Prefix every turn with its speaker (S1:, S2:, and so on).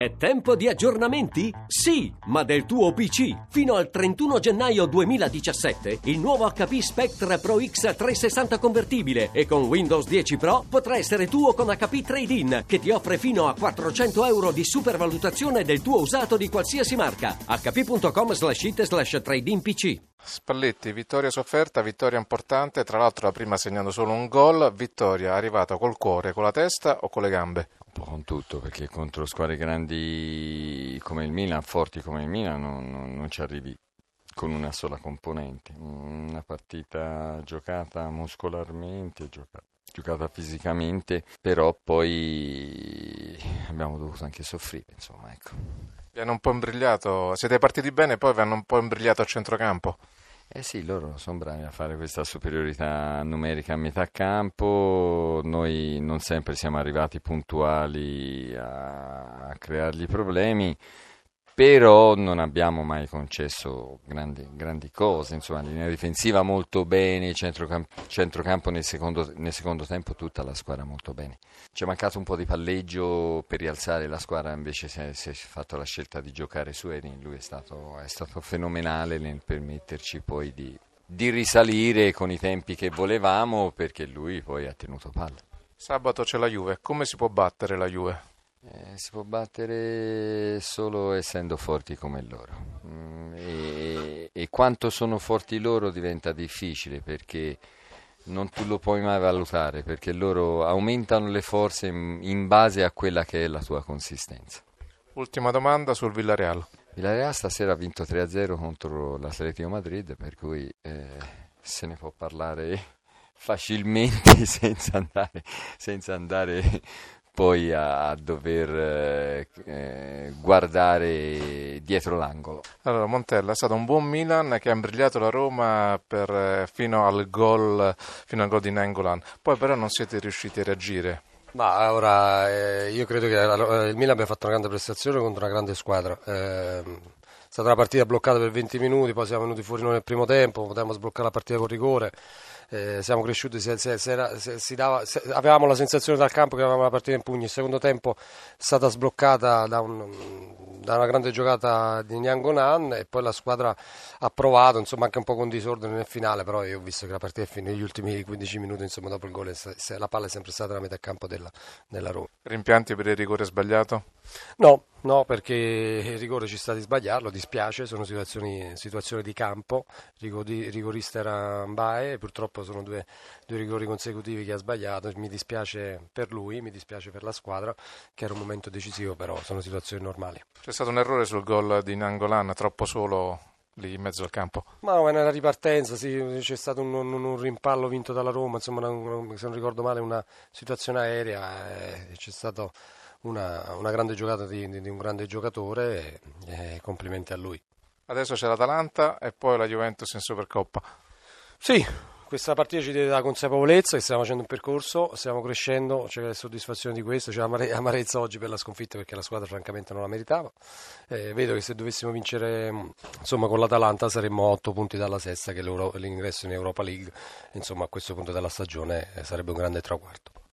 S1: È tempo di aggiornamenti? Sì, ma del tuo PC. Fino al 31 gennaio 2017 il nuovo HP Spectre Pro X 360 convertibile e con Windows 10 Pro potrà essere tuo con HP Trade-in, che ti offre fino a 400 euro di supervalutazione del tuo usato di qualsiasi marca. hp.com/it/trade-in PC.
S2: Spalletti, vittoria sofferta, vittoria importante, tra l'altro la prima segnando solo un gol, vittoria arrivata col cuore, con la testa o con le gambe?
S3: Un po' con tutto, perché contro squadre grandi come il Milan, forti come il Milan, non ci arrivi con una sola componente. Una partita giocata muscolarmente, giocata fisicamente, però poi abbiamo dovuto anche soffrire, insomma, ecco.
S2: Vi hanno un po' imbrigliato, siete partiti bene e poi vi hanno un po' imbrigliato a centrocampo.
S3: Eh sì, loro sono bravi a fare questa superiorità numerica a metà campo, noi non sempre siamo arrivati puntuali a creargli problemi, però non abbiamo mai concesso grandi cose, insomma, linea difensiva molto bene, centrocampo nel secondo tempo tutta la squadra molto bene. Ci è mancato un po' di palleggio per rialzare la squadra, invece si è fatto la scelta di giocare su Erin, lui è stato fenomenale nel permetterci poi di risalire con i tempi che volevamo, perché lui poi ha tenuto palla.
S2: Sabato c'è la Juve, come si può battere la Juve?
S3: Si può battere solo essendo forti come loro, e quanto sono forti loro diventa difficile, perché non tu lo puoi mai valutare, perché loro aumentano le forze in base a quella che è la tua consistenza.
S2: Ultima domanda sul Villarreal.
S3: Villarreal stasera ha vinto 3-0 contro l'Atletico Madrid, per cui se ne può parlare facilmente senza andare poi a dover guardare dietro l'angolo.
S2: Allora, Montella, è stato un buon Milan che ha imbrigliato la Roma fino al gol di Nainggolan, poi però non siete riusciti a reagire.
S4: Ma ora io credo che il Milan abbia fatto una grande prestazione contro una grande squadra. È stata una partita bloccata per 20 minuti, poi siamo venuti fuori noi nel primo tempo, potevamo sbloccare la partita con rigore. Siamo cresciuti, avevamo la sensazione dal campo che avevamo la partita in pugni. Il secondo tempo è stata sbloccata da una grande giocata di Nainggolan e poi la squadra ha provato, insomma, anche un po' con disordine nel finale, però io ho visto che la partita è finita negli ultimi 15 minuti, insomma, dopo il gol la palla è sempre stata nella metà campo della Roma.
S2: Rimpianti per il rigore sbagliato?
S4: No, perché il rigore ci sta di sbagliarlo, dispiace, sono situazioni di campo, rigorista era Mbae, purtroppo sono due rigori consecutivi che ha sbagliato, mi dispiace per lui, mi dispiace per la squadra, che era un momento decisivo, però sono situazioni normali.
S2: C'è stato un errore sul gol di Nainggolan, troppo solo lì in mezzo al campo?
S4: Ma no, nella ripartenza sì, c'è stato un rimpallo vinto dalla Roma, insomma, se non ricordo male, una situazione aerea, c'è stato una grande giocata di un grande giocatore e complimenti a lui.
S2: Adesso c'è l'Atalanta e poi la Juventus in Supercoppa.
S4: Sì, questa partita ci dà la consapevolezza che stiamo facendo un percorso, stiamo crescendo, c'è la soddisfazione di questo, c'è amarezza oggi per la sconfitta perché la squadra francamente non la meritava. Vedo che se dovessimo vincere, insomma, con l'Atalanta saremmo a 8 punti dalla sesta, che è l'ingresso in Europa League, insomma, a questo punto della stagione sarebbe un grande traguardo.